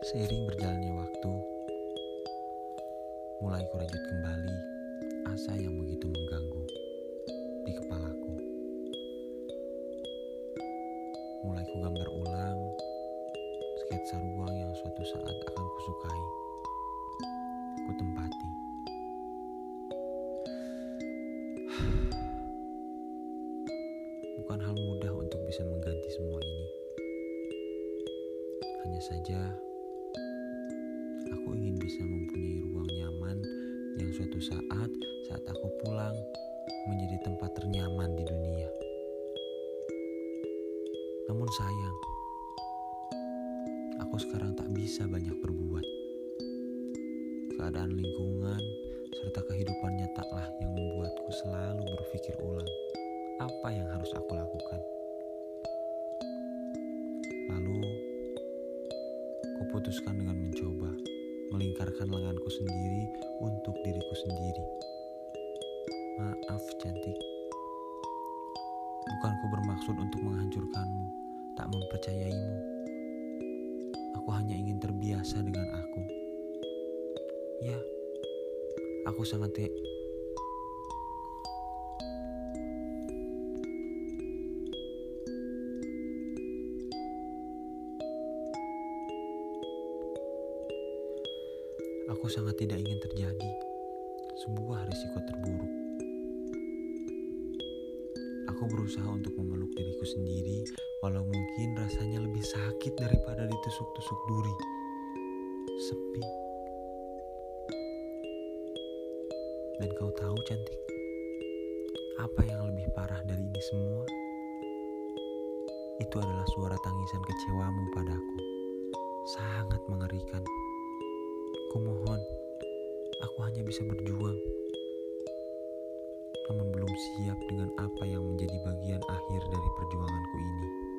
Seiring berjalannya waktu, mulai kurajut kembali asa yang begitu mengganggu di kepalaku. Mulai kugambar ulang sketsa ruang yang suatu saat akan kusukai, kutempati. Bukan hal mudah untuk bisa mengganti semua ini. Hanya saja aku ingin bisa mempunyai ruang nyaman yang suatu saat aku pulang menjadi tempat ternyaman di dunia. Namun sayang, aku sekarang tak bisa banyak berbuat. Keadaan lingkungan serta kehidupan taklah yang membuatku selalu berpikir ulang apa yang harus aku lakukan. Lalu, kuputuskan dengan mencoba melingkarkan lenganku sendiri untuk diriku sendiri. Maaf cantik, bukan ku bermaksud untuk menghancurkanmu, tak mempercayaimu. Aku hanya ingin terbiasa dengan aku. Ya, aku sangat tidak ingin terjadi sebuah risiko terburuk. Aku berusaha untuk memeluk diriku sendiri, walau mungkin rasanya lebih sakit daripada ditusuk-tusuk duri. Sepi. Dan kau tahu cantik, apa yang lebih parah dari ini semua? Itu adalah suara tangisan kecewamu padaku. Sangat mengerikan. Kumohon, aku hanya bisa berjuang, namun belum siap dengan apa yang menjadi bagian akhir dari perjuanganku ini.